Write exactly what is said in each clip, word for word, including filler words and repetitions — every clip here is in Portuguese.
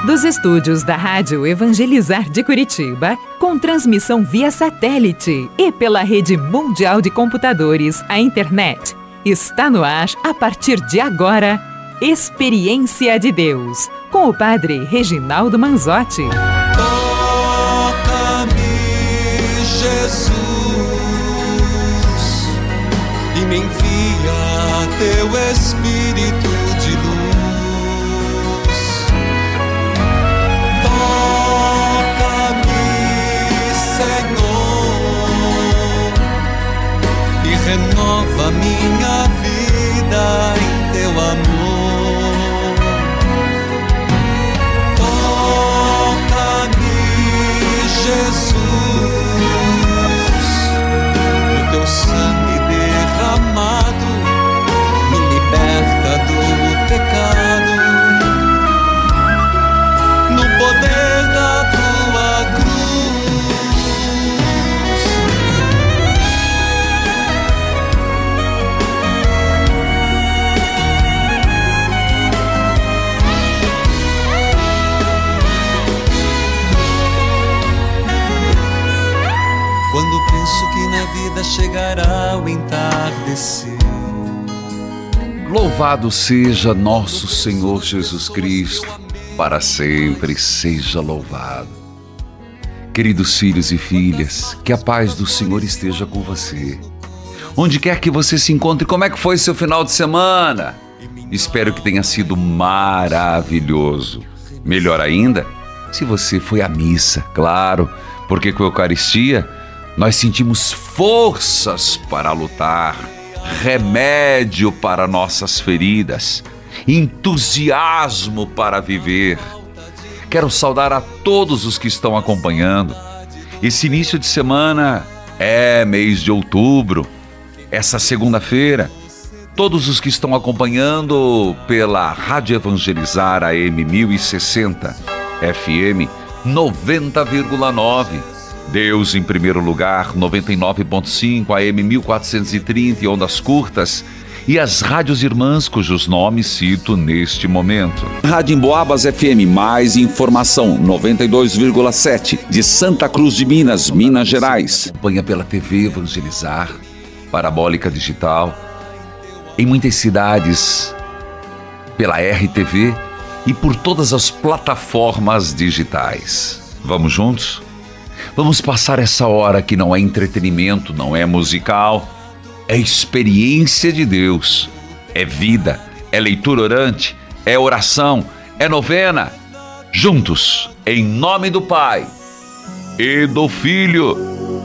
dos estúdios da Rádio Evangelizar de Curitiba, com transmissão via satélite e pela rede mundial de computadores, a internet. Está no ar, a partir de agora, Experiência de Deus, com o Padre Reginaldo Manzotti. Toca-me, Jesus, e me envia teu Espírito de luz. Toca-me, Senhor, e renova minha vida em teu amor. Toca-me, Jesus, o teu sangue derramado me liberta do pecado, no poder da tua cruz. Quando penso que na vida chegará o entardecer. Louvado seja nosso Senhor Jesus Cristo, para sempre seja louvado. Queridos filhos e filhas, que a paz do Senhor esteja com você. Onde quer que você se encontre, como é que foi seu final de semana? Espero que tenha sido maravilhoso. Melhor ainda, se você foi à missa, claro, porque com a Eucaristia nós sentimos forças para lutar, remédio para nossas feridas, entusiasmo para viver. Quero saudar a todos os que estão acompanhando. Esse início de semana é mês de outubro, essa segunda-feira. Todos os que estão acompanhando pela Rádio Evangelizar A M mil e sessenta, F M noventa vírgula nove. Deus em primeiro lugar, noventa e nove ponto cinco, A M mil quatrocentos e trinta e ondas curtas, e as rádios irmãs cujos nomes cito neste momento. Rádio Emboabas F M, mais informação, noventa e dois vírgula sete, de Santa Cruz de Minas, Minas Gerais. Acompanha pela T V Evangelizar, parabólica digital, em muitas cidades, pela R T V e por todas as plataformas digitais. Vamos juntos? Vamos passar essa hora que não é entretenimento, não é musical, é experiência de Deus, é vida, é leitura orante, é oração, é novena. Juntos, em nome do Pai, e do Filho,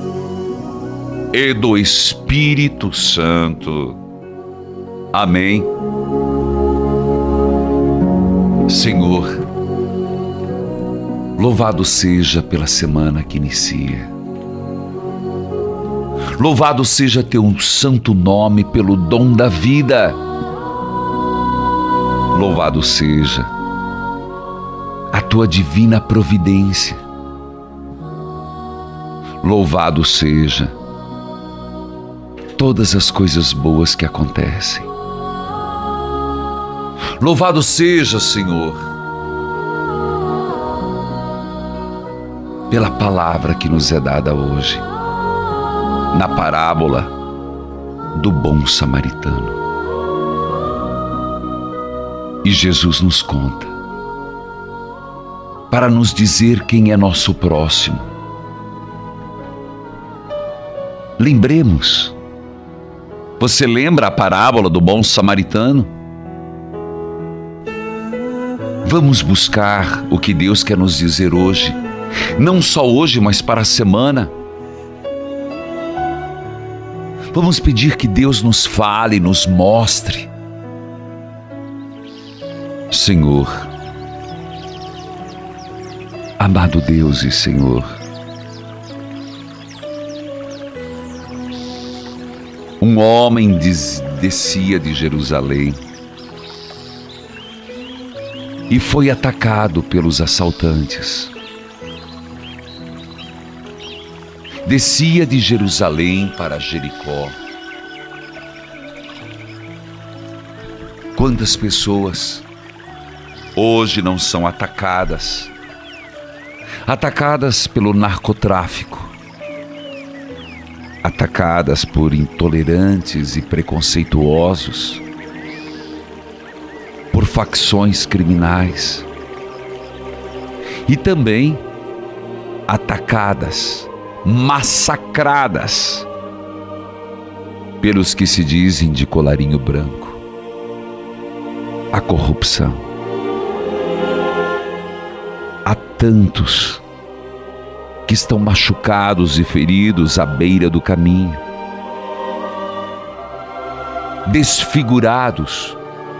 e do Espírito Santo. Amém. Senhor, louvado seja pela semana que inicia. Louvado seja teu santo nome pelo dom da vida. Louvado seja a tua divina providência. Louvado seja todas as coisas boas que acontecem. Louvado seja, Senhor, pela palavra que nos é dada hoje, na parábola do bom samaritano. E Jesus nos conta, para nos dizer quem é nosso próximo. Lembremos, você lembra a parábola do bom samaritano? Vamos buscar o que Deus quer nos dizer hoje, não só hoje, mas para a semana. Vamos pedir que Deus nos fale, nos mostre. Senhor, amado Deus e Senhor, um homem des- descia de Jerusalém e foi atacado pelos assaltantes. Descia de Jerusalém para Jericó. Quantas pessoas hoje não são atacadas. Atacadas pelo narcotráfico. Atacadas por intolerantes e preconceituosos. Por facções criminais. E também atacadas, massacradas pelos que se dizem de colarinho branco. A corrupção. Há tantos que estão machucados e feridos à beira do caminho, desfigurados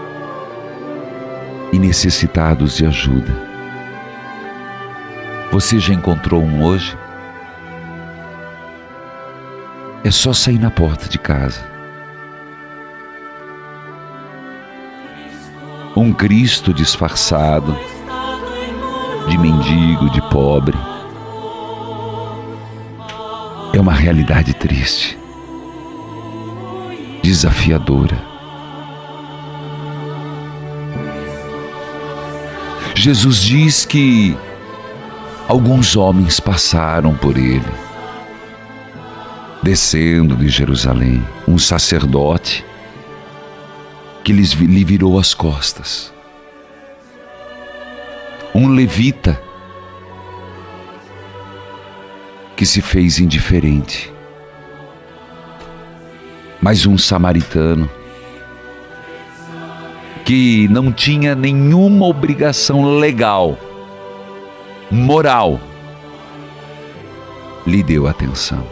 e necessitados de ajuda. Você já encontrou um hoje? É só sair na porta de casa. Um Cristo disfarçado de mendigo, de pobre. É uma realidade triste, desafiadora. Jesus diz que alguns homens passaram por ele, descendo de Jerusalém, um sacerdote que lhes, lhe virou as costas, um levita que se fez indiferente, mas um samaritano que não tinha nenhuma obrigação legal, moral, lhe deu atenção.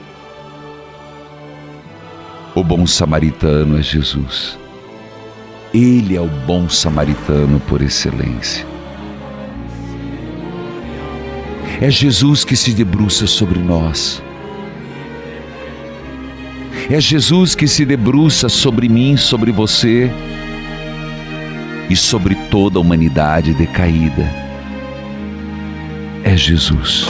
O bom samaritano é Jesus. Ele é o bom samaritano por excelência. É Jesus que se debruça sobre nós. É Jesus que se debruça sobre mim, sobre você e sobre toda a humanidade decaída. É Jesus.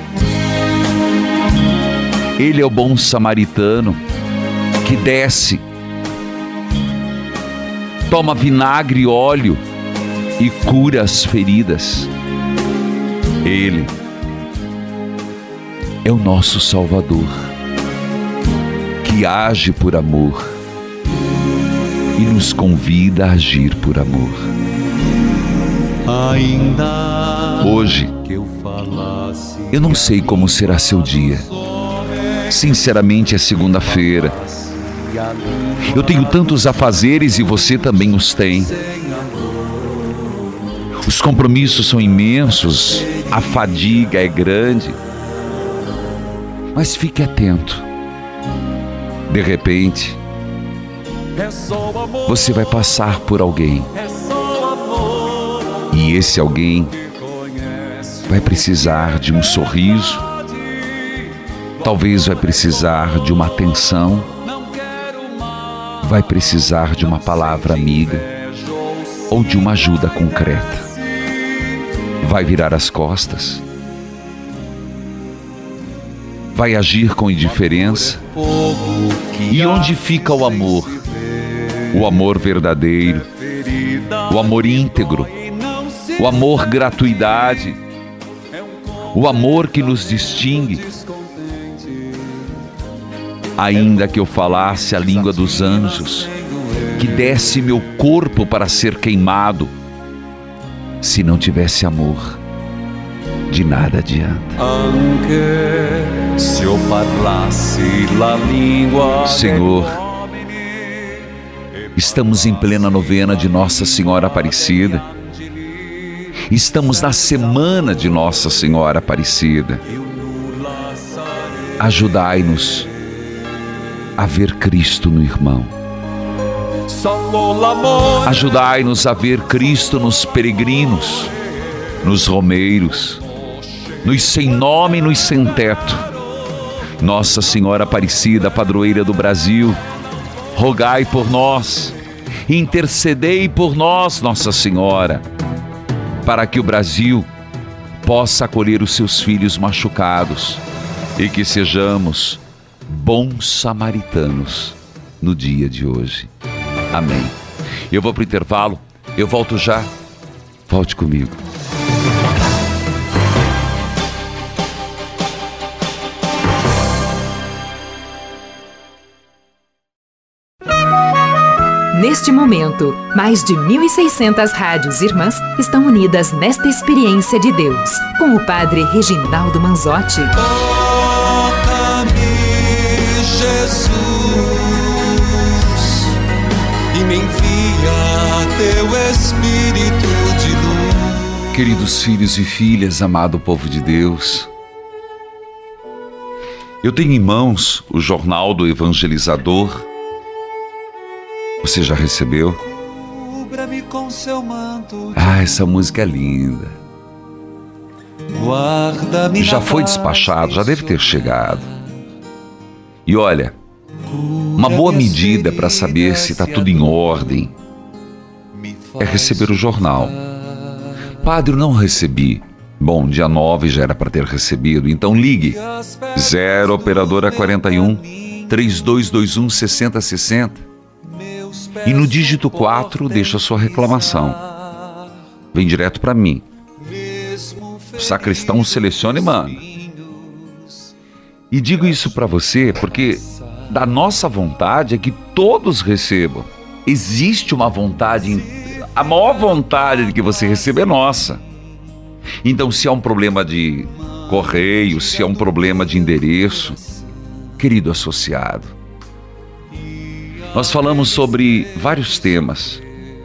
Ele é o bom samaritano que desce, toma vinagre e óleo e cura as feridas. Ele é o nosso Salvador, que age por amor e nos convida a agir por amor. Ainda hoje, eu não sei como será seu dia. Sinceramente, é segunda-feira. Eu tenho tantos afazeres e você também os tem. Os compromissos são imensos, a fadiga é grande. Mas fique atento. De repente, você vai passar por alguém. E esse alguém vai precisar de um sorriso, talvez vai precisar de uma atenção, vai precisar de uma palavra amiga ou de uma ajuda concreta. Vai virar as costas, vai agir com indiferença. E onde fica o amor? O amor verdadeiro, o amor íntegro, o amor gratuidade, o amor que nos distingue. Ainda que eu falasse a língua dos anjos, que desse meu corpo para ser queimado, se não tivesse amor, de nada adianta. Senhor, estamos em plena novena de Nossa Senhora Aparecida. Estamos na semana de Nossa Senhora Aparecida. Ajudai-nos a ver Cristo no irmão. Ajudai-nos a ver Cristo nos peregrinos, nos romeiros, nos sem nome e nos sem teto. Nossa Senhora Aparecida, padroeira do Brasil, rogai por nós, intercedei por nós, Nossa Senhora, para que o Brasil possa acolher os seus filhos machucados e que sejamos bons samaritanos no dia de hoje. Amém. Eu vou para o intervalo, eu volto já. Volte comigo. Neste momento, mais de mil e seiscentas rádios irmãs estão unidas nesta experiência de Deus, com o Padre Reginaldo Manzotti. Toca-me, Jesus, e me envia teu Espírito de luz. Queridos filhos e filhas, amado povo de Deus, eu tenho em mãos o Jornal do Evangelizador. Você já recebeu? Cubra-me com seu manto. Ah, essa música é linda. Guarda-me. Já foi despachado, já deve ter chegado. E olha, uma boa medida para saber se está tudo em ordem é receber o jornal. Padre, eu não recebi. Bom, dia nove já era para ter recebido, então ligue. zero operadora quarenta e um, três dois dois um, seis zero seis zero. E no dígito quatro deixa a sua reclamação. Vem direto para mim. O sacristão seleciona e manda. E digo isso para você porque da nossa vontade é que todos recebam. Existe uma vontade, a maior vontade de que você receba é nossa. Então, se há um problema de correio, se há um problema de endereço, querido associado, nós falamos sobre vários temas.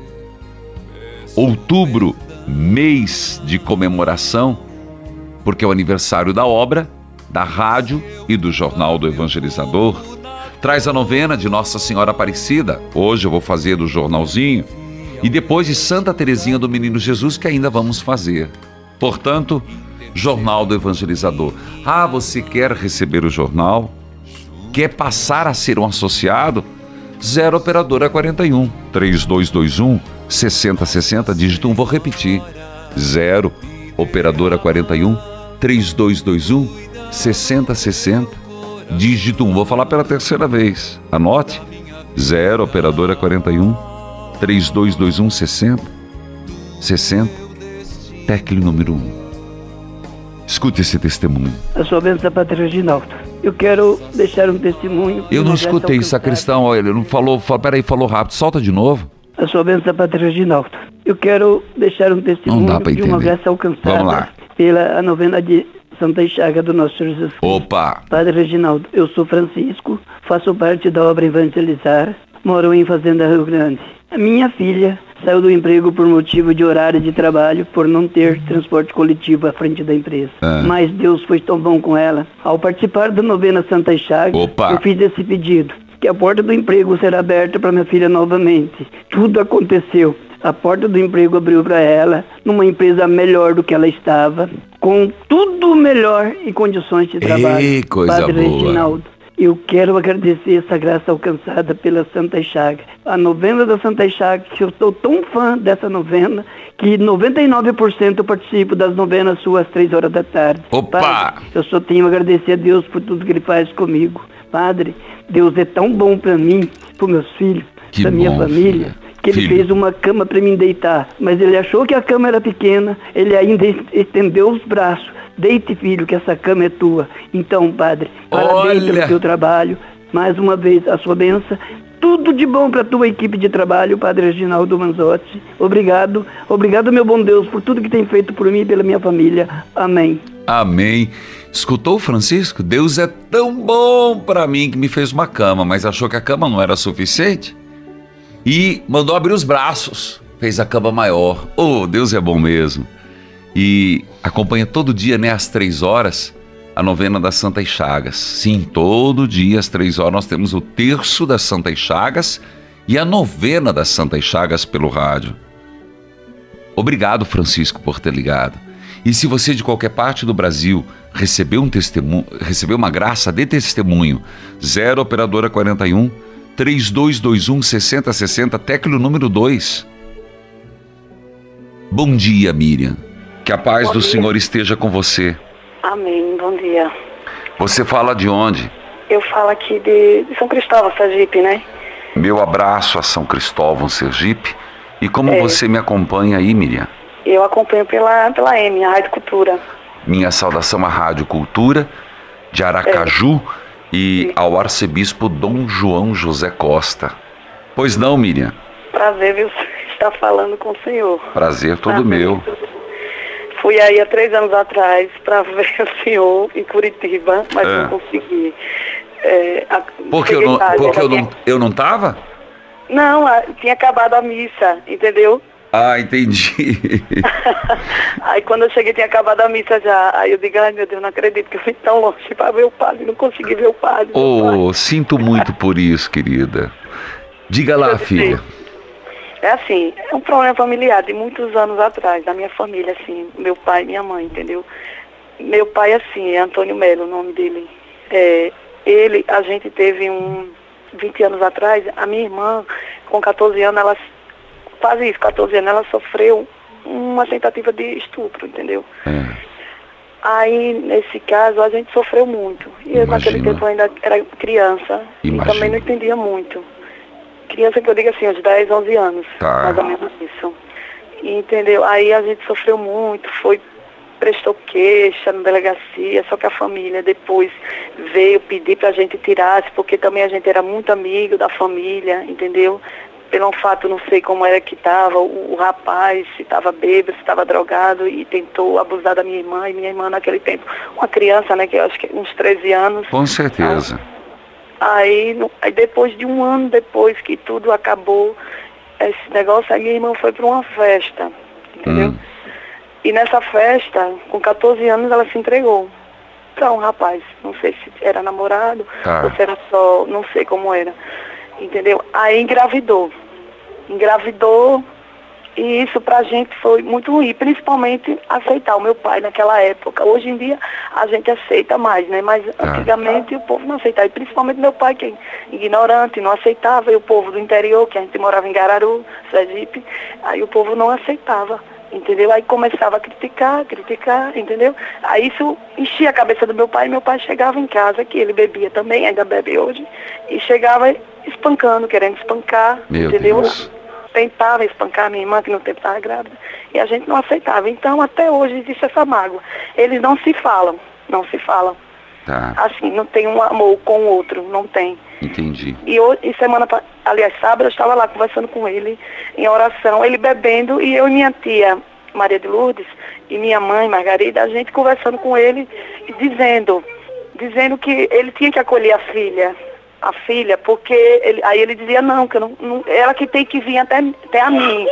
Outubro, mês de comemoração, porque é o aniversário da obra, da rádio e do Jornal do Evangelizador. Traz a novena de Nossa Senhora Aparecida, hoje eu vou fazer do jornalzinho, e depois de Santa Teresinha do Menino Jesus, que ainda vamos fazer. Portanto, Jornal do Evangelizador. Ah, você quer receber o jornal? Quer passar a ser um associado? zero operadora quarenta e um, três dois dois um, seis zero seis zero, dígito um, vou repetir. zero operadora quarenta e um, três dois dois um, seis zero seis zero, dígito um, vou falar pela terceira vez. Anote. zero operadora quarenta e um, três dois dois um, seis zero seis zero, tecla número um. Escute esse testemunho. A sua bênção, Padre Reginaldo. Eu quero deixar um testemunho. Eu não escutei, sacristão. Olha, ele não falou. Fala, peraí, falou rápido. Solta de novo. A sua bênção, Padre Reginaldo. Eu quero deixar um testemunho Não dá pra de uma entender. graça alcançada Vamos lá. pela a novena de Santa Chaga do Nosso Senhor Jesus Cristo. Opa! Padre Reginaldo, eu sou Francisco, faço parte da obra Evangelizar, moro em Fazenda Rio Grande. A minha filha saiu do emprego por motivo de horário de trabalho, por não ter transporte coletivo à frente da empresa. Ah. Mas Deus foi tão bom com ela. Ao participar da novena Santa Chaga, Opa. eu fiz esse pedido, que a porta do emprego será aberta para minha filha novamente. Tudo aconteceu. A porta do emprego abriu para ela, numa empresa melhor do que ela estava, com tudo melhor e condições de trabalho. Ei, coisa Padre boa. Reginaldo, eu quero agradecer essa graça alcançada pela Santa Chaga. A novena da Santa Chaga, que eu estou tão fã dessa novena, que noventa e nove por cento eu participo das novenas suas às três horas da tarde. Opa! Padre, eu só tenho a agradecer a Deus por tudo que Ele faz comigo. Padre, Deus é tão bom para mim, para meus filhos, Que para minha bom, família, filha. que Ele Filho. fez uma cama para mim deitar. Mas Ele achou que a cama era pequena, Ele ainda estendeu os braços. Deite, filho, que essa cama é tua. Então, Padre, parabéns Olha. pelo teu trabalho. Mais uma vez, a sua bênção. Tudo de bom para a tua equipe de trabalho, Padre Reginaldo Manzotti. Obrigado. Obrigado, meu bom Deus, por tudo que tem feito por mim e pela minha família. Amém. Amém. Escutou, Francisco? Deus é tão bom para mim que me fez uma cama, mas achou que a cama não era suficiente e mandou abrir os braços. Fez a cama maior. Oh, Deus é bom mesmo. E acompanha todo dia, né, às três horas, a novena das Santas Chagas. Sim, todo dia às três horas nós temos o terço das Santas Chagas e a novena das Santas Chagas pelo rádio. Obrigado, Francisco, por ter ligado. E se você de qualquer parte do Brasil recebeu um testemunho, recebeu uma graça, dê testemunho. zero operadora quarenta e um, três dois dois um, seis zero seis zero, tecla o número dois. Bom dia, Miriam. Que a paz Bom do dia. Senhor esteja com você. Amém, bom dia. Você fala de onde? Eu falo aqui de, de São Cristóvão, Sergipe, né? Meu abraço a São Cristóvão, Sergipe. E como É. você me acompanha aí, Miriam? Eu acompanho pela, pela M, a Rádio Cultura. Minha saudação à Rádio Cultura de Aracaju é. e ao arcebispo Dom João José Costa. Pois não, Miriam? Prazer, viu, estar falando com o senhor. Prazer todo Prazer. meu. Fui aí há três anos atrás para ver o senhor em Curitiba, mas é. não consegui. É, a, porque eu não, tarde, porque eu, minha... não, eu não tava? Não, a, tinha acabado a missa, entendeu? Ah, entendi. Aí quando eu cheguei tinha acabado a missa já. Aí eu digo, ai meu Deus, não acredito que eu fui tão longe para ver o padre, não consegui ver o padre. Oh, sinto muito por isso, querida. Diga lá, filha. É assim, é um problema familiar de muitos anos atrás, da minha família, assim, meu pai e minha mãe, entendeu? Meu pai, assim, é Antônio Melo, o nome dele. É, ele, a gente teve um, vinte anos atrás, a minha irmã, com catorze anos, ela, quase isso, catorze anos, ela sofreu uma tentativa de estupro, entendeu? É. Aí, nesse caso, a gente sofreu muito. E eu, naquele tempo, eu ainda era criança. Imagina. E também não entendia muito. Criança que eu digo assim, uns dez, onze anos, tá. mais ou menos isso. E, entendeu? Aí a gente sofreu muito, foi, prestou queixa na delegacia, só que a família depois veio pedir pra gente tirasse, porque também a gente era muito amigo da família, entendeu? Pelo fato, não sei como era que estava, o, o rapaz, se estava bêbado, se estava drogado e tentou abusar da minha irmã, e minha irmã naquele tempo, uma criança, né, que eu acho que uns treze anos. Com certeza. Tá? Aí, no, aí depois de um ano depois que tudo acabou, esse negócio, a minha irmã foi para uma festa, entendeu? Hum. E nessa festa, com catorze anos, ela se entregou para um rapaz. Não sei se era namorado, tá. ou se era só, não sei como era, entendeu? Aí engravidou. Engravidou, e isso pra gente foi muito ruim, principalmente aceitar o meu pai naquela época. Hoje em dia a gente aceita mais, né? Mas ah. antigamente o povo não aceitava, e principalmente meu pai, que é ignorante, não aceitava, e o povo do interior, que a gente morava em Gararu, Sergipe, aí o povo não aceitava, entendeu? Aí começava a criticar, criticar, entendeu? Aí isso enchia a cabeça do meu pai, e meu pai chegava em casa, que ele bebia também, ainda bebe hoje, e chegava espancando, querendo espancar, meu entendeu? Deus. Tentava espancar a minha irmã, que no tempo estava grávida, e a gente não aceitava. Então, até hoje existe essa mágoa. Eles não se falam, não se falam. Tá. Assim, não tem um amor com o outro, não tem. Entendi. E, hoje, e semana, aliás, sábado, eu estava lá conversando com ele, em oração, ele bebendo, e eu e minha tia, Maria de Lourdes, e minha mãe, Margarida, a gente conversando com ele, dizendo, dizendo que ele tinha que acolher a filha, a filha, porque ele, aí ele dizia, não, que eu não, não, ela que tem que vir até, até a mim,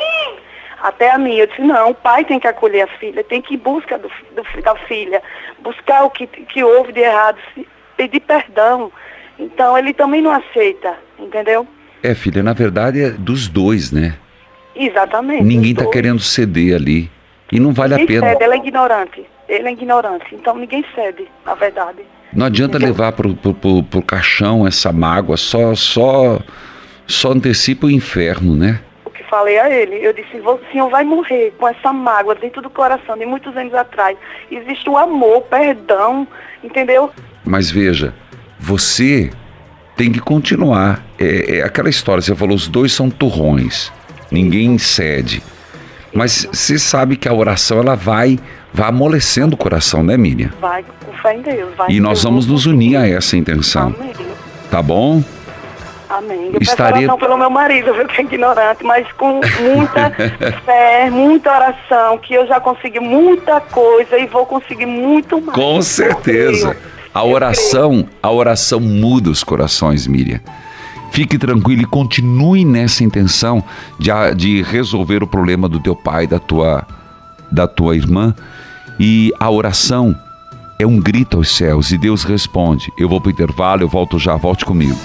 até a mim. Eu disse, não, o pai tem que acolher a filha, tem que ir em busca do, do, da filha, buscar o que, que houve de errado, pedir perdão. Então ele também não aceita, entendeu? É, filha, na verdade é dos dois, né? Exatamente. Ninguém está querendo ceder ali, e não vale ninguém a pena. Cede, ele é ignorante, ele é ignorante, então ninguém cede, na verdade. Não adianta levar pro, pro, pro, pro caixão essa mágoa, só, só, só antecipa o inferno, né? O que falei a ele, eu disse, o senhor vai morrer com essa mágoa dentro do coração, de muitos anos atrás. Existe o amor, o perdão, entendeu? Mas veja, você tem que continuar. É, é aquela história, você falou, os dois são turrões, ninguém cede. Mas você sabe que a oração, ela vai, vai amolecendo o coração, né, Miriam? Vai, com fé em Deus. Vai, e nós vamos nos unir a essa intenção. Amém. Tá bom? Amém. Eu Estaria... peço oração pelo meu marido, viu, que é ignorante, mas com muita fé, muita oração, que eu já consegui muita coisa e vou conseguir muito mais. Com certeza. A oração, a oração muda os corações, Miriam. Fique tranquilo e continue nessa intenção de, de resolver o problema do teu pai, da tua, da tua irmã. E a oração é um grito aos céus e Deus responde. Eu vou para o intervalo, eu volto já, volte comigo.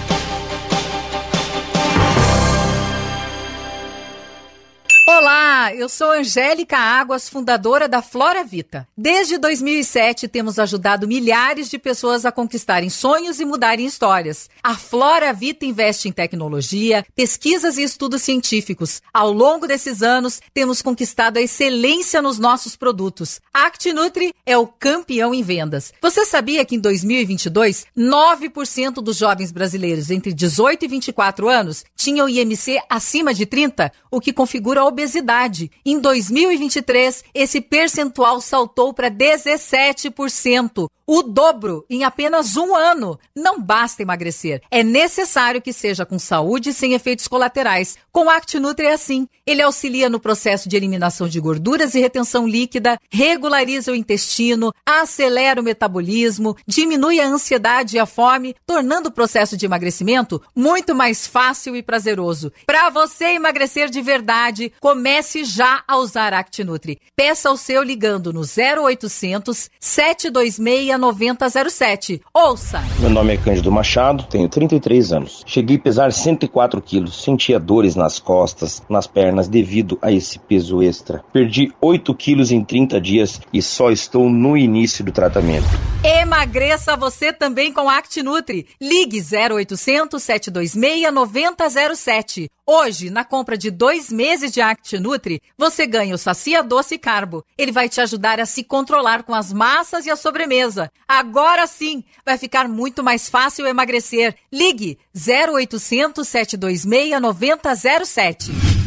Olá, Olá, eu sou Angélica Águas, fundadora da Flora Vita. Desde dois mil e sete temos ajudado milhares de pessoas a conquistarem sonhos e mudarem histórias. A Flora Vita investe em tecnologia, pesquisas e estudos científicos. Ao longo desses anos, temos conquistado a excelência nos nossos produtos. A ActiNutri é o campeão em vendas. Você sabia que em dois mil e vinte e dois, nove por cento dos jovens brasileiros entre dezoito e vinte e quatro anos tinham I M C acima de trinta, o que configura a obesidade. Em dois mil e vinte e três, esse percentual saltou para dezessete por cento. O dobro em apenas um ano. Não basta emagrecer. É necessário que seja com saúde e sem efeitos colaterais. Com o ActiNutri é assim. Ele auxilia no processo de eliminação de gorduras e retenção líquida, regulariza o intestino, acelera o metabolismo, diminui a ansiedade e a fome, tornando o processo de emagrecimento muito mais fácil e prazeroso. Para você emagrecer de verdade, comece já a usar ActiNutri. Peça o seu ligando no zero oitocentos, sete dois seis, nove zero zero sete. Ouça! Meu nome é Cândido Machado, tenho trinta e três anos. Cheguei a pesar cento e quatro quilos, sentia dores nas costas, nas pernas devido a esse peso extra. Perdi oito quilos em trinta dias e só estou no início do tratamento. Emagreça você também com ActiNutri. Ligue zero oitocentos, sete dois seis, nove zero zero sete. Hoje, na compra de dois meses de ActiNutri, você ganha o Sacia Doce Carbo. Ele vai te ajudar a se controlar com as massas e a sobremesa. Agora sim, vai ficar muito mais fácil emagrecer. Ligue zero oitocentos, sete dois seis, nove zero zero sete.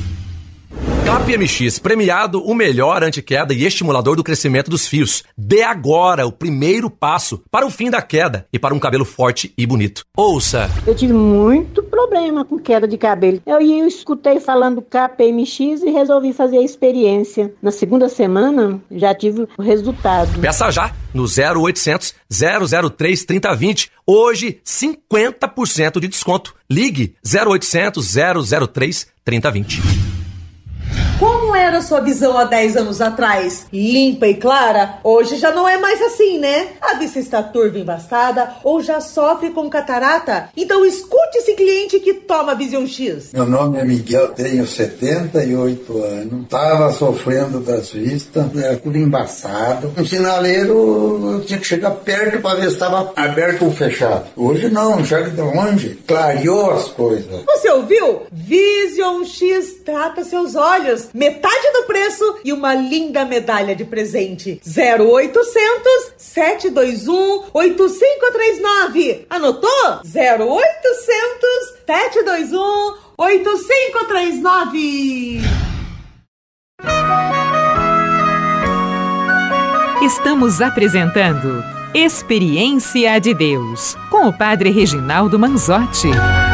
C A P M X, premiado o melhor anti-queda e estimulador do crescimento dos fios. Dê agora o primeiro passo para o fim da queda e para um cabelo forte e bonito. Ouça! Eu tive muito problema com queda de cabelo. Eu, eu escutei falando do C A P M X e resolvi fazer a experiência. Na segunda semana, já tive o resultado. Peça já no zero oitocentos, zero zero três, trinta vinte. Hoje, cinquenta por cento de desconto. Ligue zero oitocentos, zero zero três, trinta vinte. Como era a sua visão há dez anos atrás? Limpa e clara? Hoje já não é mais assim, né? A vista está turva e embaçada ou já sofre com catarata? Então escute esse cliente que toma Vision X. Meu nome é Miguel, tenho setenta e oito anos. Estava sofrendo das vistas, era tudo embaçado. Um sinaleiro, eu tinha que chegar perto para ver se estava aberto ou fechado. Hoje não, enxerga de longe. Clareou as coisas. Você ouviu? Vision X trata seus olhos. Metade do preço e uma linda medalha de presente. zero oitocentos, sete dois um, oito cinco três nove. Anotou? zero oitocentos, sete dois um, oito cinco três nove. Estamos apresentando Experiência de Deus, com o Padre Reginaldo Manzotti.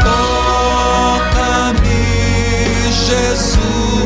Toca-me, Jesus,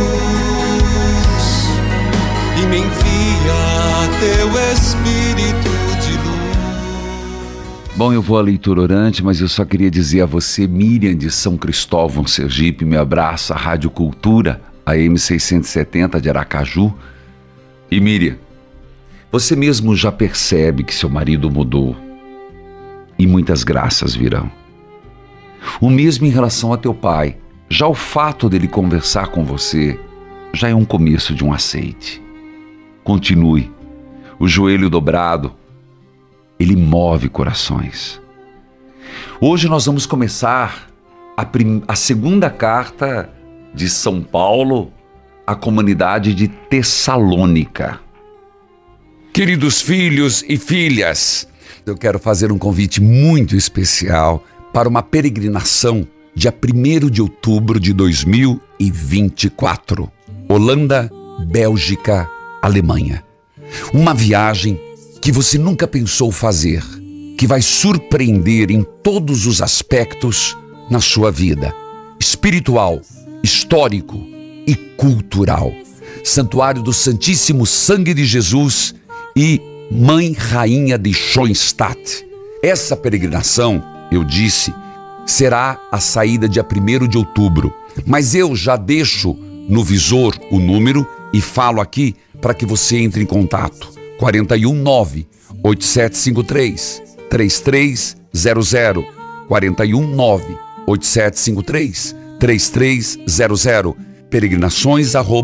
e me envia teu Espírito de luz. Bom, eu vou à leitura orante, mas eu só queria dizer a você, Miriam de São Cristóvão, Sergipe, me abraça, a Rádio Cultura, a M seiscentos e setenta de Aracaju. E Miriam, você mesmo já percebe que seu marido mudou, e muitas graças virão. O mesmo em relação a teu pai. Já o fato dele conversar com você já é um começo de um aceite. Continue. O joelho dobrado, ele move corações. Hoje nós vamos começar a, prim- a segunda carta de São Paulo à comunidade de Tessalônica. Queridos filhos e filhas, eu quero fazer um convite muito especial para uma peregrinação dia primeiro de outubro de dois mil e vinte e quatro. Holanda, Bélgica, Alemanha. Uma viagem que você nunca pensou fazer, que vai surpreender em todos os aspectos na sua vida, espiritual, histórico e cultural. Santuário do Santíssimo Sangue de Jesus e Mãe Rainha de Schoenstatt. Essa peregrinação, eu disse, será a saída dia primeiro de outubro, mas eu já deixo no visor o número e falo aqui para que você entre em contato. quatro um nove, oito sete cinco três, três três zero zero. quatro um nove, oito sete cinco três, três três zero zero. peregrinações arroba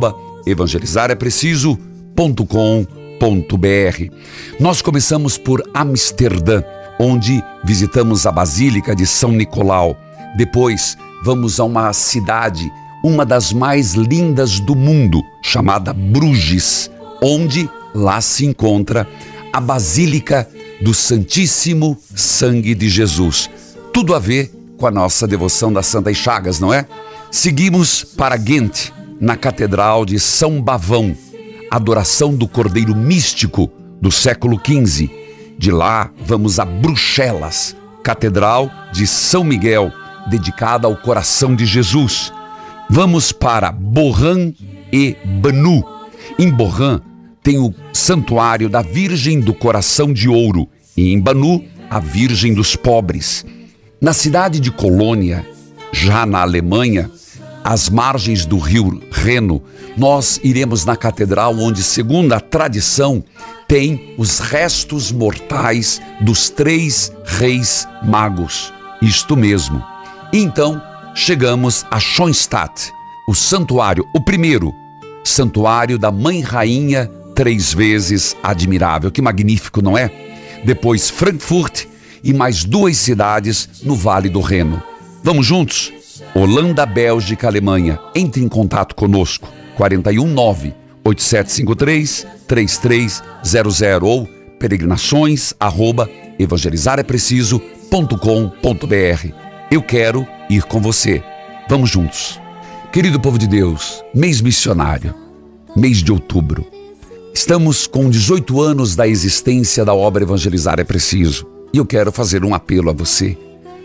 evangelizar é preciso ponto com ponto br. Nós começamos por Amsterdã, onde visitamos a Basílica de São Nicolau. Depois vamos a uma cidade, uma das mais lindas do mundo, chamada Bruges, onde lá se encontra a Basílica do Santíssimo Sangue de Jesus. Tudo a ver com a nossa devoção das Santas Chagas, não é? Seguimos para Ghent, na Catedral de São Bavão, adoração do Cordeiro Místico do século quinze. De lá vamos a Bruxelas, Catedral de São Miguel, dedicada ao coração de Jesus. Vamos para Boran e Banu. Em Boran tem o Santuário da Virgem do Coração de Ouro e em Banu, a Virgem dos Pobres. Na cidade de Colônia, já na Alemanha, às margens do rio Reno, nós iremos na catedral onde, segundo a tradição, tem os restos mortais dos três reis magos. Isto mesmo. E então, chegamos a Schoenstatt, o santuário, o primeiro, santuário da Mãe Rainha, três vezes admirável. Que magnífico, não é? Depois Frankfurt e mais duas cidades no Vale do Reno. Vamos juntos? Holanda, Bélgica, Alemanha. Entre em contato conosco. quatro um nove, oito sete cinco três, três três zero zero ou peregrinações arroba evangelizar é preciso ponto com ponto br. Eu quero ir com você. Vamos juntos. Querido povo de Deus, mês missionário, mês de outubro. Estamos com dezoito anos da existência da obra Evangelizar é Preciso. E eu quero fazer um apelo a você.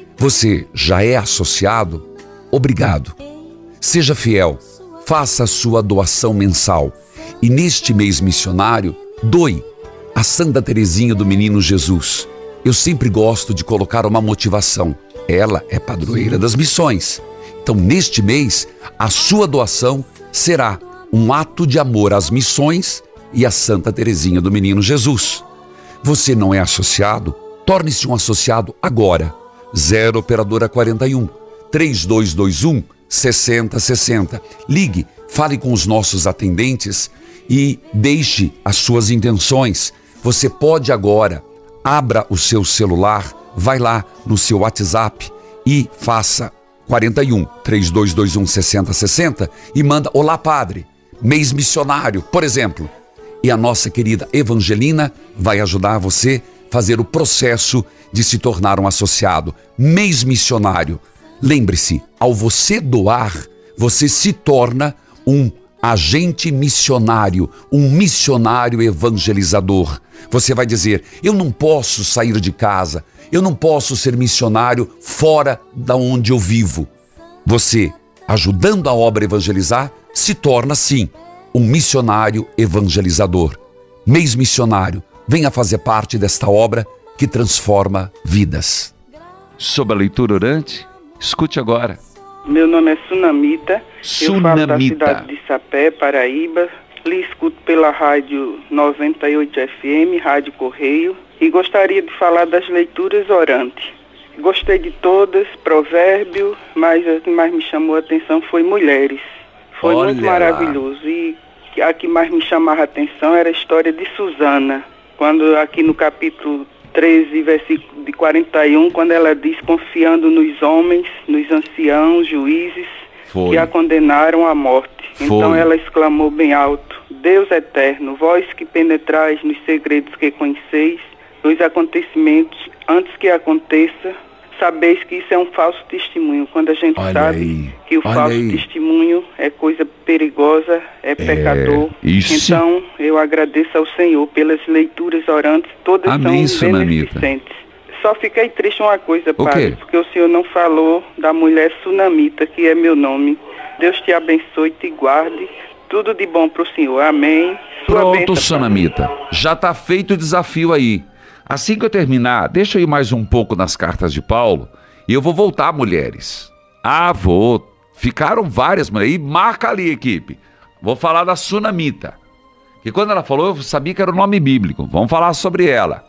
Você já é associado? Obrigado. Seja fiel, faça a sua doação mensal. E neste mês missionário, doe a Santa Teresinha do Menino Jesus. Eu sempre gosto de colocar uma motivação. Ela é padroeira das missões. Então, neste mês, a sua doação será um ato de amor às missões e à Santa Teresinha do Menino Jesus. Você não é associado? Torne-se um associado agora. zero operadora quarenta e um, três dois dois um, seis zero seis zero. Ligue, fale com os nossos atendentes e deixe as suas intenções. Você pode agora, abra o seu celular, vai lá no seu WhatsApp e faça quarenta e um, três dois dois um, seis zero seis zero e manda: olá padre, mês missionário, por exemplo. E a nossa querida Evangelina vai ajudar você a fazer o processo de se tornar um associado. Mês missionário. Lembre-se, ao você doar, você se torna um agente missionário, um missionário evangelizador. Você vai dizer: eu não posso sair de casa, eu não posso ser missionário fora da onde eu vivo. Você, ajudando a obra a evangelizar, se torna sim um missionário evangelizador. Mês missionário, venha fazer parte desta obra que transforma vidas. Sob a leitura orante, escute agora. Meu nome é Sunamita, Sunamita. Eu falo da cidade de Sapé, Paraíba. Lhe escuto pela rádio noventa e oito F M, Rádio Correio, e gostaria de falar das leituras orantes. Gostei de todas, provérbio, mas a que mais me chamou a atenção foi Mulheres. Foi Olha muito maravilhoso. Lá. E a que mais me chamava a atenção era a história de Susana, quando aqui no capítulo treze, versículo de quarenta e um, quando ela diz: confiando nos homens, nos anciãos, juízes, Foi. que a condenaram à morte. Foi. Então ela exclamou bem alto: Deus eterno, vós que penetrais nos segredos que conheceis, nos acontecimentos antes que aconteça, sabeis que isso é um falso testemunho. Quando a gente Olha sabe aí. que o Olha falso aí. testemunho é coisa perigosa, é, é pecador. Isso. Então, eu agradeço ao Senhor pelas leituras orantes, todas Amém, são beneficentes. Só fiquei triste uma coisa, padre, porque o senhor não falou da mulher Sunamita, que é meu nome. Deus te abençoe e te guarde. Tudo de bom para o senhor. Amém. Sua Pronto, bênção, Sunamita. Já está feito o desafio aí. Assim que eu terminar, deixa eu ir mais um pouco nas cartas de Paulo e eu vou voltar, mulheres. Ah, vou. Ficaram várias mulheres. E marca ali, equipe. Vou falar da Sunamita. Que quando ela falou, eu sabia que era o nome bíblico. Vamos falar sobre ela.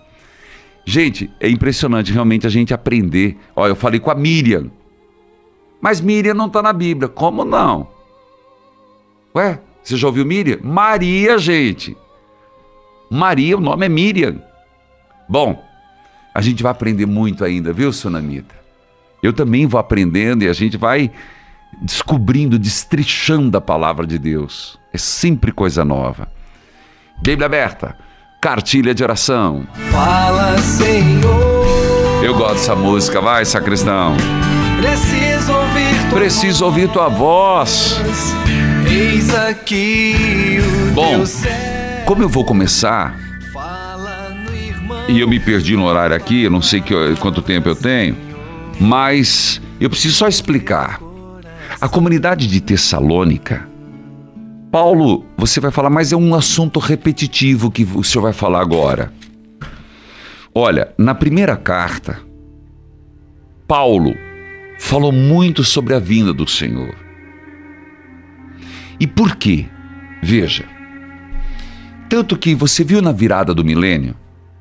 Gente, é impressionante realmente a gente aprender. Olha, eu falei com a Miriam. Mas Miriam não está na Bíblia. Como não? Ué, Você já ouviu Miriam? Maria, gente. Maria, o nome é Miriam. Bom, a gente vai aprender muito ainda, viu, Sunamita? Eu também vou aprendendo e a gente vai descobrindo, destrinchando a palavra de Deus. É sempre coisa nova. Bíblia aberta, cartilha de oração. Fala, Senhor. Eu gosto dessa música, vai, sacristão. Preciso ouvir tua Preciso ouvir tua voz. Eis aqui o Bom, teu céu. como eu vou começar, e eu me perdi no horário aqui, eu não sei que, quanto tempo eu tenho, mas eu preciso só explicar. A comunidade de Tessalônica, Paulo, você vai falar, mas é um assunto repetitivo que o senhor vai falar agora. Olha, na primeira carta, Paulo falou muito sobre a vinda do Senhor. E por quê? Veja, tanto que você viu na virada do milênio,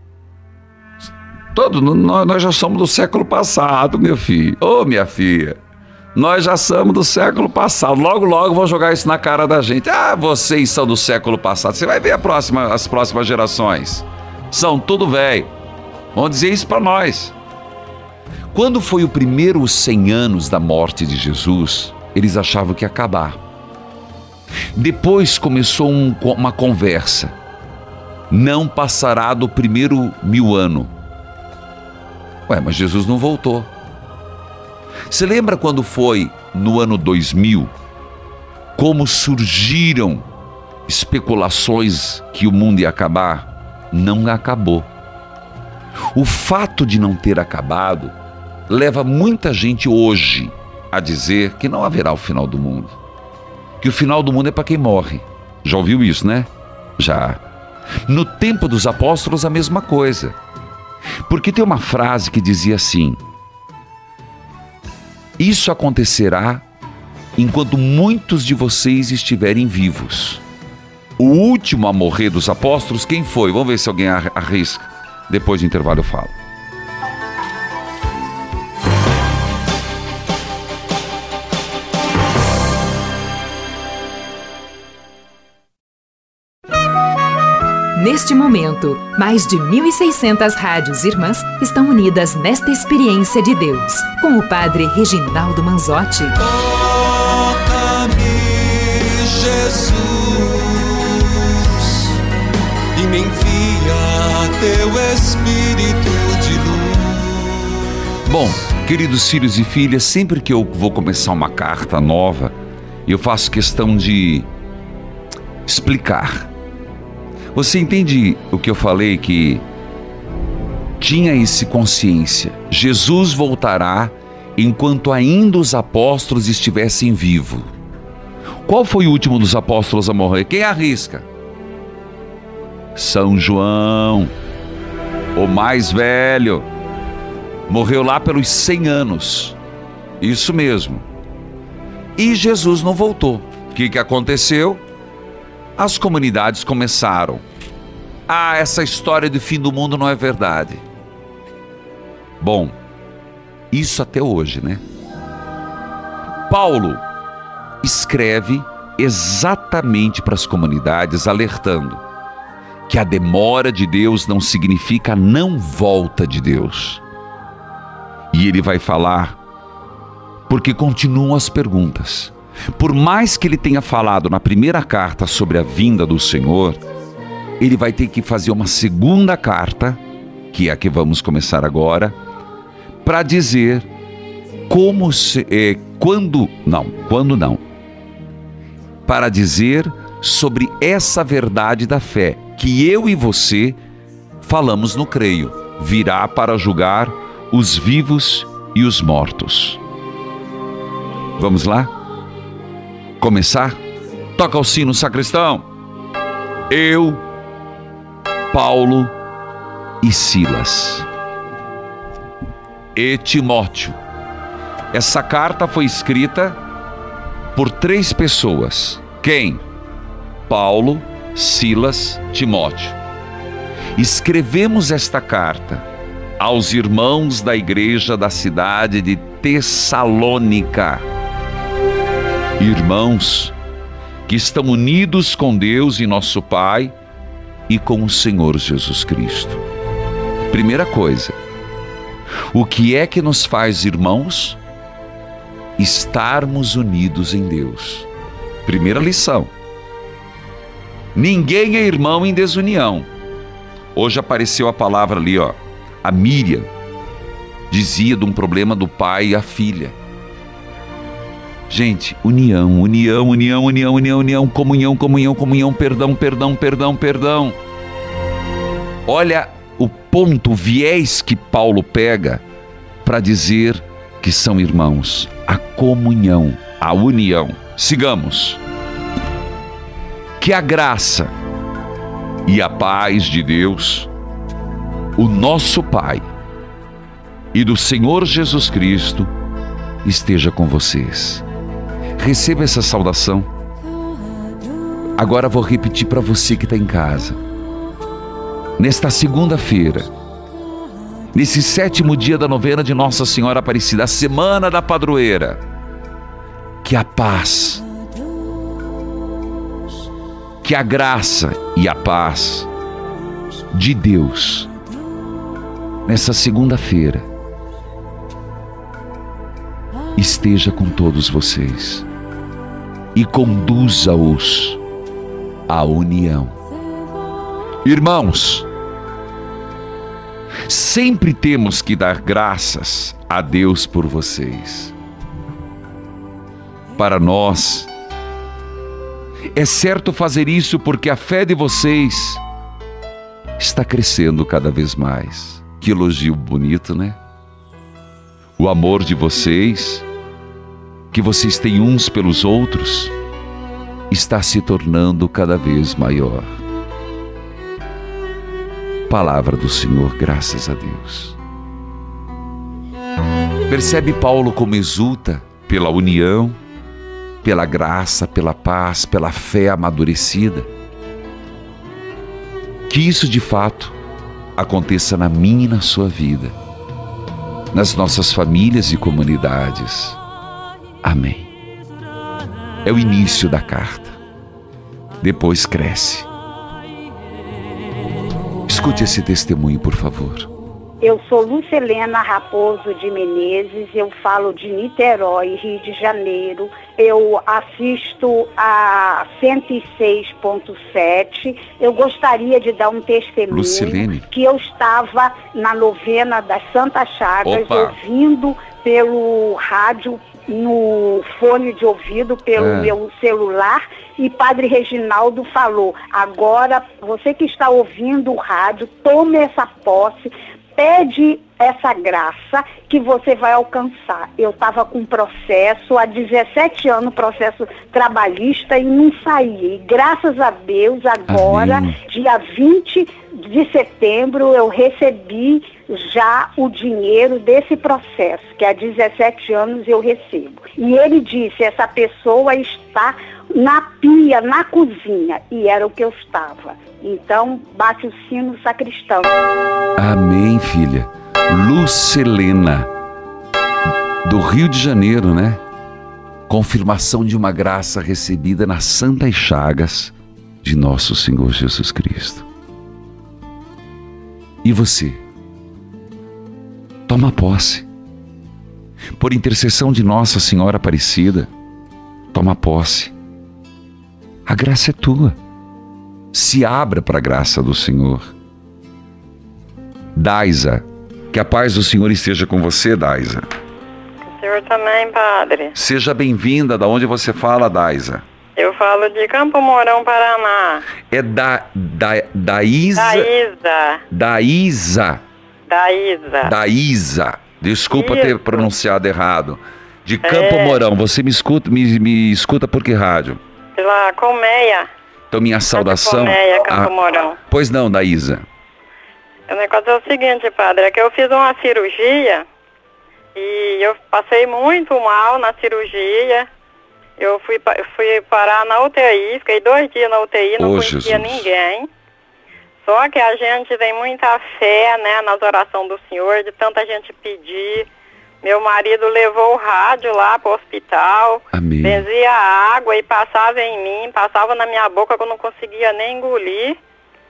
todo, nós já somos do século passado, meu filho. Ô, minha filha, nós já somos do século passado. Logo, logo vão jogar isso na cara da gente. Ah, vocês são do século passado. Você vai ver a próxima, as próximas gerações. São tudo velho. Vão dizer isso para nós. Quando foi o primeiro cem anos da morte de Jesus, eles achavam que ia acabar. Depois começou um, uma conversa. Não passará do primeiro mil ano. Ué, mas Jesus não voltou. Você lembra quando foi no ano dois mil? Como surgiram especulações que o mundo ia acabar? Não acabou. O fato de não ter acabado leva muita gente hoje a dizer que não haverá o final do mundo. Que o final do mundo é para quem morre. Já ouviu isso, né? Já. No tempo dos apóstolos, a mesma coisa. Porque tem uma frase que dizia assim: isso acontecerá enquanto muitos de vocês estiverem vivos. O último a morrer dos apóstolos, quem foi? Vamos ver se alguém arrisca. Depois do intervalo eu falo. Neste momento, mais de mil e seiscentas rádios irmãs estão unidas nesta experiência de Deus, com o Padre Reginaldo Manzotti. Toca-me, Jesus, e me envia teu Espírito de luz. Bom, queridos filhos e filhas, sempre que eu vou começar uma carta nova, eu faço questão de explicar. Você entende o que eu falei, que tinha esse consciência? Jesus voltará enquanto ainda os apóstolos estivessem vivos. Qual foi o último dos apóstolos a morrer? Quem arrisca? São João, o mais velho. Morreu lá pelos cem anos. Isso mesmo. E Jesus não voltou. O que, que aconteceu? As comunidades começaram. Ah, essa história do fim do mundo não é verdade. Bom, isso até hoje, né? Paulo escreve exatamente para as comunidades, alertando que a demora de Deus não significa a não volta de Deus. E ele vai falar, porque continuam as perguntas. Por mais que ele tenha falado na primeira carta sobre a vinda do Senhor, ele vai ter que fazer uma segunda carta, que é a que vamos começar agora, para dizer como se, é, quando, não, quando não, para dizer sobre essa verdade da fé, que eu e você falamos no creio, virá para julgar os vivos e os mortos. Vamos lá? Começar? Toca o sino, sacristão. Eu, Paulo e Silas. E Timóteo. Essa carta foi escrita por três pessoas. Quem? Paulo, Silas, Timóteo. Escrevemos esta carta aos irmãos da igreja da cidade de Tessalônica. Irmãos que estão unidos com Deus e nosso Pai e com o Senhor Jesus Cristo. Primeira coisa, o que é que nos faz irmãos? Estarmos unidos em Deus. Primeira lição. Ninguém é irmão em desunião. Hoje apareceu a palavra ali, ó. A Miriam dizia de um problema do pai e a filha. Gente, união, união, união, união, união, união, comunhão, comunhão, comunhão, perdão, perdão, perdão, perdão. Olha o ponto, o viés que Paulo pega para dizer que são irmãos. A comunhão, a união. Sigamos. Que a graça e a paz de Deus, o nosso Pai, e do Senhor Jesus Cristo esteja com vocês. Receba essa saudação. Agora vou repetir para você que está em casa. Nesta segunda-feira, nesse sétimo dia da novena de Nossa Senhora Aparecida, a semana da padroeira, que a paz, que a graça e a paz de Deus, nessa segunda-feira, esteja com todos vocês e conduza-os à união. Irmãos, sempre temos que dar graças a Deus por vocês. Para nós, é certo fazer isso porque a fé de vocês está crescendo cada vez mais. Que elogio bonito, né? O amor de vocês, que vocês têm uns pelos outros, está se tornando cada vez maior. Palavra do Senhor, graças a Deus. Percebe Paulo como exulta pela união, pela graça, pela paz, pela fé amadurecida? Que isso de fato aconteça na minha e na sua vida, nas nossas famílias e comunidades. Amém. É o início da carta. Depois cresce. Escute esse testemunho, por favor. Eu sou Lucelena Raposo de Menezes, eu falo de Niterói, Rio de Janeiro. Eu assisto a cento e seis ponto sete. Eu gostaria de dar um testemunho. Lucilene. Que eu estava na novena das Santas Chagas, Opa. ouvindo pelo rádio, no fone de ouvido, pelo É. meu celular, e Padre Reginaldo falou: agora, você que está ouvindo o rádio, tome essa posse, pede essa graça que você vai alcançar. Eu estava com processo há dezessete anos, processo trabalhista, e não saí. E graças a Deus, agora, Amém. dia vinte de setembro, eu recebi já o dinheiro desse processo, que há dezessete anos eu recebo. E ele disse: essa pessoa está na pia, na cozinha. E era o que eu estava. Então, bate o sino, sacristão. Amém, filha. Lucelena, do Rio de Janeiro, né? Confirmação de uma graça recebida nas santas chagas de nosso Senhor Jesus Cristo. E você? Toma posse. Por intercessão de Nossa Senhora Aparecida, toma posse. A graça é tua. Se abra para a graça do Senhor. Daisa, que a paz do Senhor esteja com você, Daisa. O senhor também, padre. Seja bem-vinda. Da onde você fala, Daisa? Eu falo de Campo Mourão, Paraná. É da, da, Daísa... Daísa. Daísa. Daísa. Daísa. Desculpa Isso. ter pronunciado errado. De Campo É. Mourão. Você me escuta, me, me escuta por que rádio? Pela Colmeia. Então minha saudação... Colmeia, Campo Ah, Mourão. pois não, Daísa. O negócio é o seguinte, padre, é que eu fiz uma cirurgia e eu passei muito mal na cirurgia. Eu fui, pa- fui parar na U T I, fiquei dois dias na U T I, não Ô, conhecia Jesus. ninguém. Só que a gente tem muita fé, né, nas orações do Senhor, de tanta gente pedir Meu marido levou o rádio lá pro hospital. Amém. Benzia a água e passava em mim, passava na minha boca que eu não conseguia nem engolir.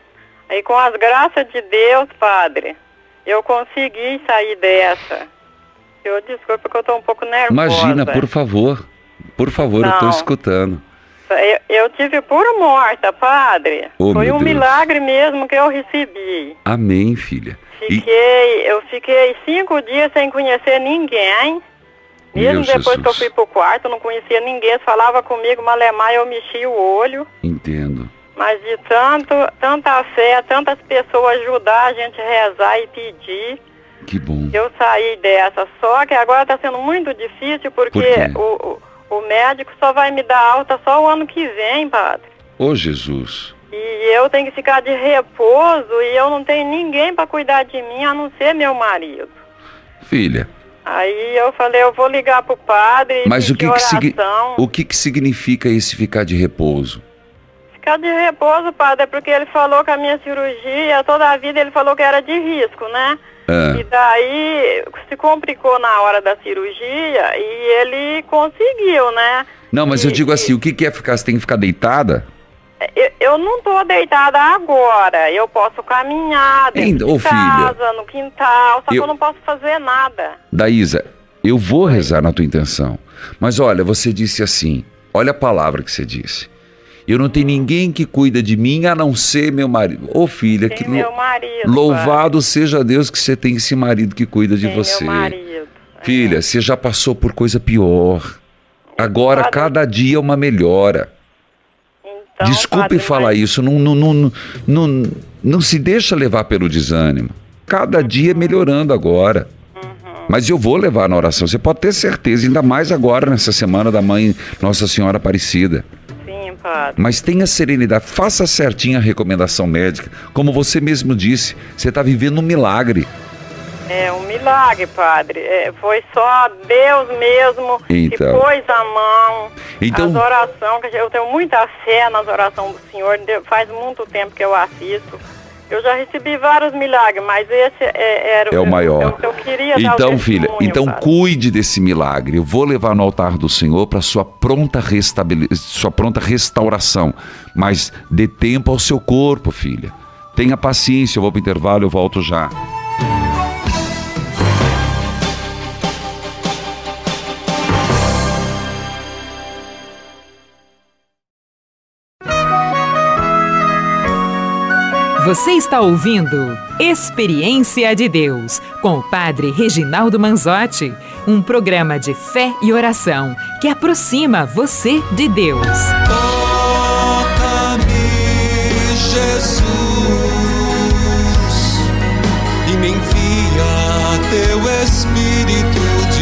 Aí com as graças de Deus, padre, eu consegui sair dessa. Eu desculpa que eu tô um pouco nervosa. Imagina, por favor. Por favor, não. Eu tô escutando. Eu, eu tive pura morta, padre. Oh, Foi um Deus. milagre mesmo que eu recebi. Amém, filha. Fiquei, e... eu fiquei cinco dias sem conhecer ninguém. Mesmo Meu depois Jesus. que eu fui pro quarto, eu não conhecia ninguém. Falava comigo, malemar, eu mexia o olho. Entendo. Mas de tanto, tanta fé, tantas pessoas ajudar a gente a rezar e pedir. Que bom. Eu saí dessa. Só que agora está sendo muito difícil porque Por o, o, o médico só vai me dar alta só o ano que vem, padre. Ô, Jesus. E eu tenho que ficar de repouso e eu não tenho ninguém para cuidar de mim, a não ser meu marido. Filha. Aí eu falei, eu vou ligar pro padre e Mas o que, que, sig... oração. o que que significa esse ficar de repouso? Ficar de repouso, padre, é porque ele falou que a minha cirurgia, toda a vida ele falou que era de risco, né? Ah. E daí se complicou na hora da cirurgia e ele conseguiu, né? Não, mas e, eu digo assim, e... o que que é ficar? Você tem que ficar deitada? Eu, eu não tô deitada agora, eu posso caminhar dentro Ei, de ô, casa, filha, no quintal, só eu... que eu não posso fazer nada. Daísa, eu vou rezar na tua intenção, mas olha, você disse assim, olha a palavra que você disse. Eu não tenho ninguém que cuida de mim a não ser meu marido. Ô filha, tem que meu marido, louvado pai. Seja Deus que você tem esse marido que cuida de tem você. Meu marido. Filha, é. Você já passou por coisa pior. Agora, padre, cada dia é uma melhora. Então, desculpe padre, falar mas... isso, não, não, não, não, não se deixa levar pelo desânimo. Cada uhum. dia é melhorando agora. Uhum. Mas eu vou levar na oração, você pode ter certeza, ainda mais agora nessa semana da Mãe Nossa Senhora Aparecida. Mas tenha serenidade, faça certinho a recomendação médica. Como você mesmo disse, você está vivendo um milagre. É um milagre, padre. É, foi só Deus mesmo então. que pôs a mão. Então, as orações, eu tenho muita fé nas orações do Senhor. Faz muito tempo que eu assisto. Eu já recebi vários milagres, mas esse é, era é o maior. Eu, eu queria então, dar filha, então padre. Cuide desse milagre. Eu vou levar no altar do Senhor para sua pronta restabele... sua pronta restauração. Mas dê tempo ao seu corpo, filha. Tenha paciência, eu vou para o intervalo, eu volto já. Você está ouvindo Experiência de Deus, com o Padre Reginaldo Manzotti, um programa de fé e oração que aproxima você de Deus. Toca-me, Jesus, e me envia teu Espírito de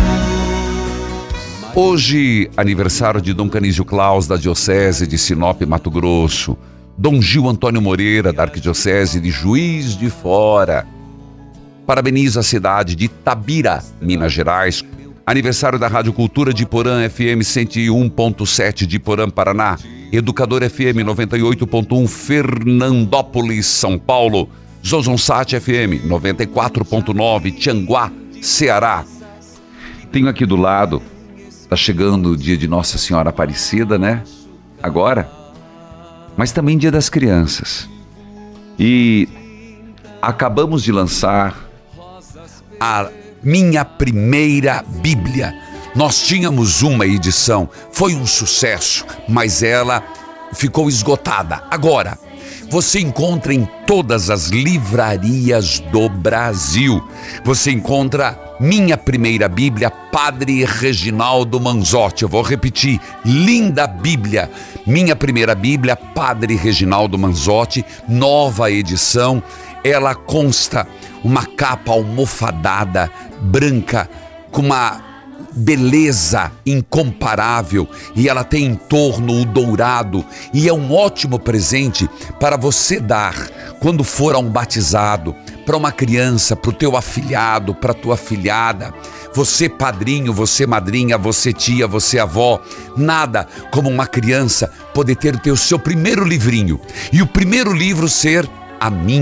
luz. Hoje, aniversário de Dom Canísio Claus, da Diocese de Sinop, Mato Grosso. Dom Gil Antônio Moreira, da Arquidiocese de Juiz de Fora. Parabenizo a cidade de Itabira, Minas Gerais. Aniversário da Rádio Cultura de Iporã, F M cento e um ponto sete de Iporã, Paraná. Educador F M noventa e oito ponto um, Fernandópolis, São Paulo. Zozonsat F M noventa e quatro ponto nove, Tianguá, Ceará. Tenho aqui do lado, tá chegando o dia de Nossa Senhora Aparecida, né? Agora... mas também Dia das Crianças. E acabamos de lançar a minha primeira Bíblia. Nós tínhamos uma edição, foi um sucesso, mas ela ficou esgotada. Agora, você encontra em todas as livrarias do Brasil. Você encontra Minha Primeira Bíblia, Padre Reginaldo Manzotti. Eu vou repetir, linda Bíblia. Minha Primeira Bíblia, Padre Reginaldo Manzotti, nova edição. Ela consta uma capa almofadada, branca, com uma beleza incomparável, e ela tem em torno o dourado, e é um ótimo presente para você dar quando for a um batizado, para uma criança, para o teu afilhado, para a tua afilhada, você padrinho, você madrinha, você tia, você avó. Nada como uma criança poder ter o teu, seu primeiro livrinho, e o primeiro livro ser A Minha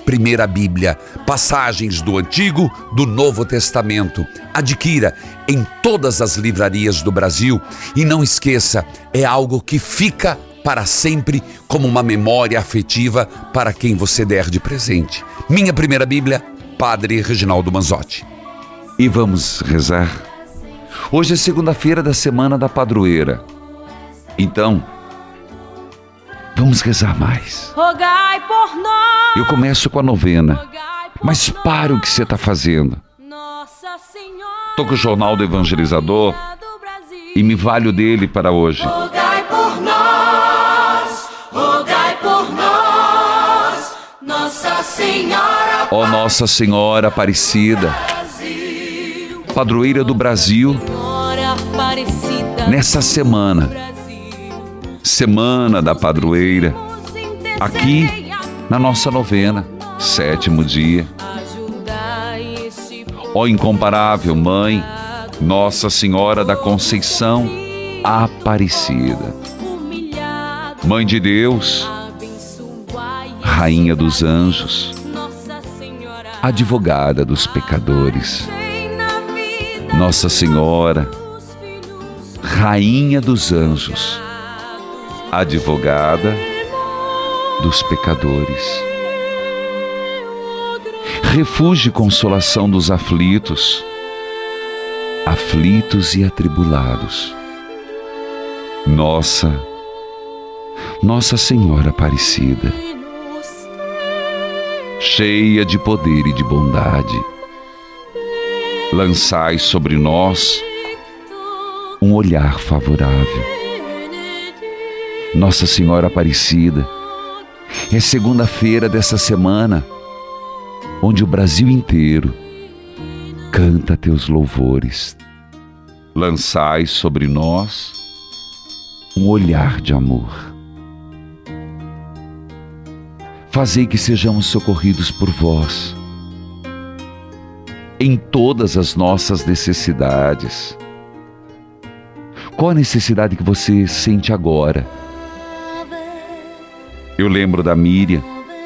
Primeira Bíblia, passagens do Antigo, do Novo Testamento. Adquira em todas as livrarias do Brasil e não esqueça, é algo que fica para sempre como uma memória afetiva para quem você der de presente. Minha Primeira Bíblia, Padre Reginaldo Manzotti. E vamos rezar. Hoje é segunda-feira da Semana da Padroeira. Então, vamos rezar mais. Rogai por nós. Eu começo com a novena, mas pare o que você está fazendo. Estou com o Jornal do Evangelizador e me valho dele para hoje. Rogai por nós, rogai por nós, Nossa Senhora. Ó Nossa Senhora Aparecida, padroeira do Brasil, nessa semana, Semana da Padroeira, aqui na nossa novena, sétimo dia. Ó incomparável Mãe, Nossa Senhora da Conceição Aparecida, Mãe de Deus, Rainha dos Anjos, Advogada dos pecadores, Nossa Senhora, Rainha dos Anjos, Advogada dos pecadores, refúgio e consolação dos aflitos, aflitos e atribulados. Nossa, Nossa Senhora Aparecida, cheia de poder e de bondade, lançai sobre nós um olhar favorável. Nossa Senhora Aparecida, é segunda-feira dessa semana, onde o Brasil inteiro canta teus louvores. Lançai sobre nós um olhar de amor. Fazei que sejamos socorridos por vós em todas as nossas necessidades. Qual a necessidade que você sente agora? Eu lembro da Miriam,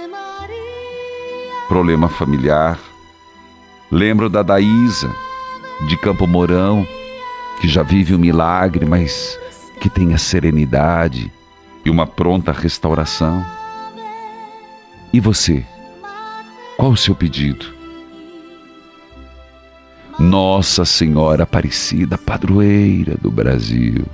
problema familiar. Lembro da Daísa, de Campo Mourão, que já vive um milagre, mas que tem a serenidade e uma pronta restauração. E você? Qual o seu pedido? Nossa Senhora Aparecida, padroeira do Brasil,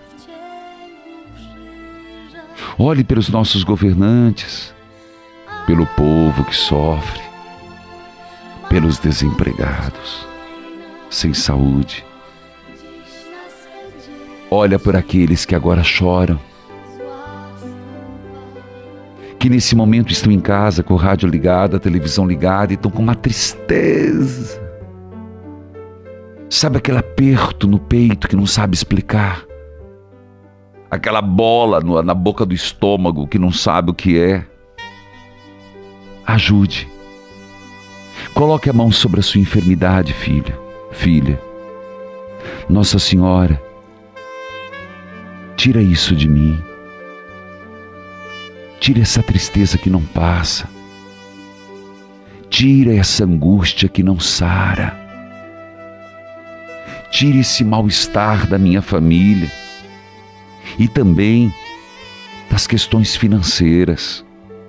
olhe pelos nossos governantes, pelo povo que sofre, pelos desempregados, sem saúde. Olha por aqueles que agora choram, que nesse momento estão em casa com o rádio ligado, a televisão ligada e estão com uma tristeza. Sabe aquele aperto no peito que não sabe explicar? Aquela bola no, na boca do estômago que não sabe o que é? Ajude. Coloque a mão sobre a sua enfermidade, filho, filha. Nossa Senhora, tira isso de mim. Tira essa tristeza que não passa. Tira essa angústia que não sara. Tire esse mal-estar da minha família e também das questões financeiras.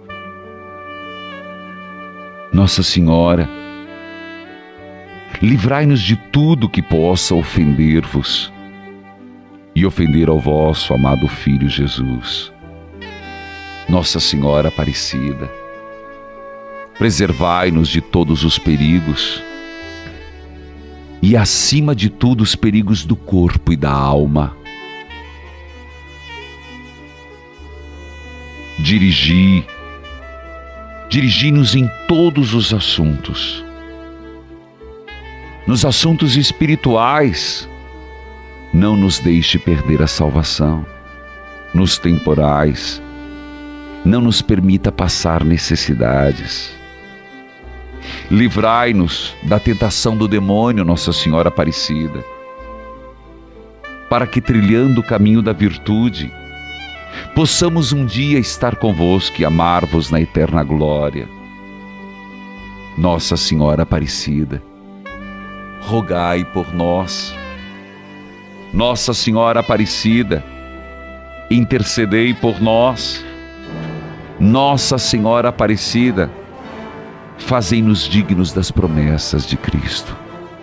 Nossa Senhora, livrai-nos de tudo que possa ofender-vos e ofender ao vosso amado Filho Jesus. Nossa Senhora Aparecida, preservai-nos de todos os perigos e, acima de tudo, os perigos do corpo e da alma. Dirigi, dirigi-nos em todos os assuntos. Nos assuntos espirituais, não nos deixe perder a salvação. Nos temporais, não nos permita passar necessidades. Livrai-nos da tentação do demônio, Nossa Senhora Aparecida, para que, trilhando o caminho da virtude, possamos um dia estar convosco e amar-vos na eterna glória. Nossa Senhora Aparecida, rogai por nós. Nossa Senhora Aparecida, intercedei por nós. Nossa Senhora Aparecida, fazei-nos dignos das promessas de Cristo.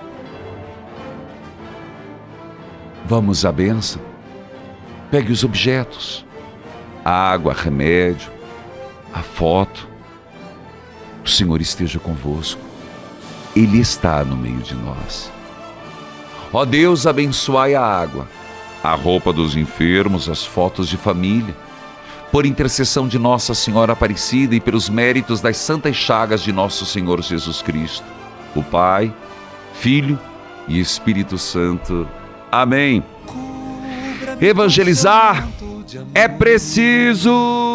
Vamos à bênção. Pegue os objetos, a água, remédio, a foto. O Senhor esteja convosco. Ele está no meio de nós. Ó Deus, abençoai a água, a roupa dos enfermos, as fotos de família, por intercessão de Nossa Senhora Aparecida e pelos méritos das santas chagas de nosso Senhor Jesus Cristo, o Pai, Filho e Espírito Santo. Amém. Evangelizar é preciso.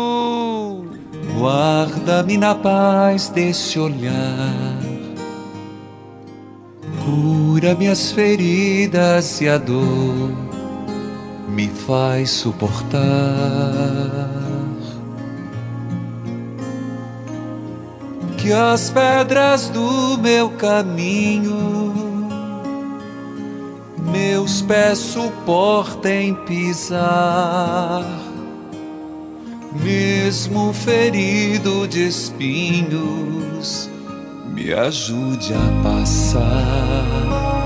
Guarda-me na paz desse olhar, cura minhas feridas e a dor me faz suportar. Que as pedras do meu caminho meus pés suportem pisar, mesmo ferido de espinhos, me ajude a passar.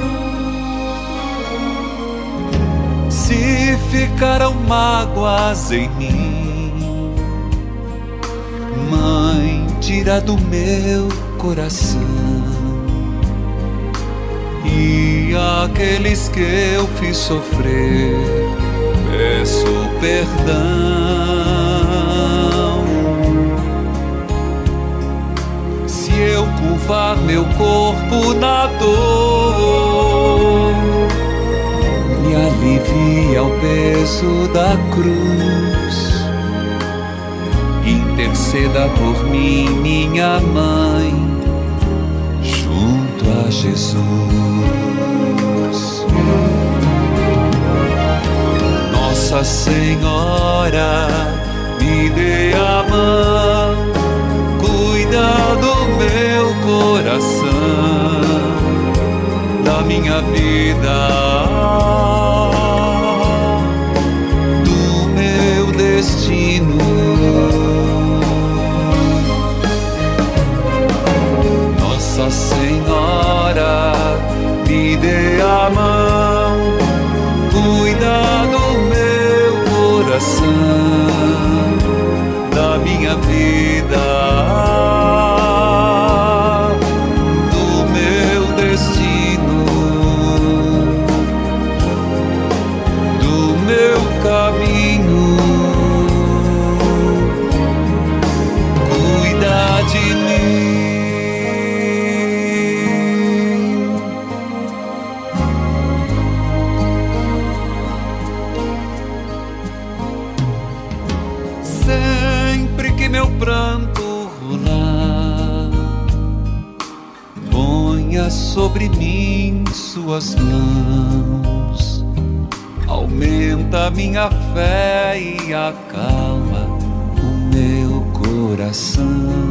Se ficaram mágoas em mim, Mãe, tira do meu coração. E aqueles que eu fiz sofrer, peço perdão. Se eu curvar meu corpo na dor, me alivia o peso da cruz. Interceda por mim, minha mãe, junto a Jesus. Nossa Senhora, me dê a mão, cuida do meu coração, da minha vida, do meu destino. Nossa Senhora, me dê a mão, cuida do meu coração, da minha vida, do meu destino, do meu caminho, cuida de mim. Meu pranto rolar, ponha sobre mim suas mãos, aumenta minha fé e acalma o meu coração.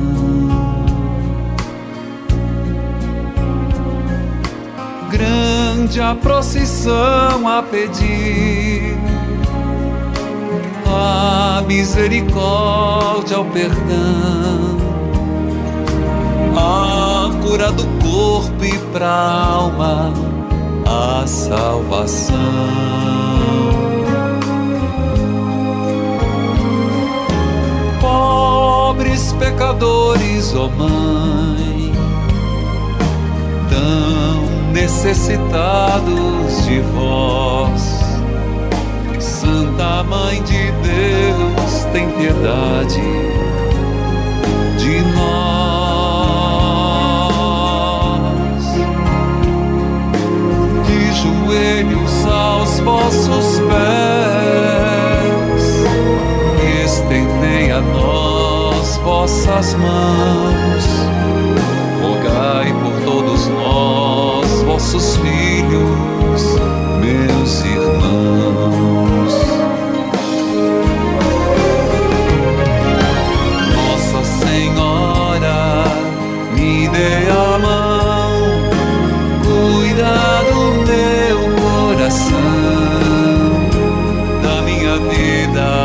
Grande a procissão a pedir, a misericórdia, o perdão, a cura do corpo e pra alma, a salvação. Pobres pecadores, ó Mãe, tão necessitados de vós, Santa Mãe de Deus, tem piedade de nós. De joelhos aos vossos pés, estendei a nós vossas mãos, rogai por todos nós, vossos filhos, meus irmãos. Nossa Senhora, me dê verdade.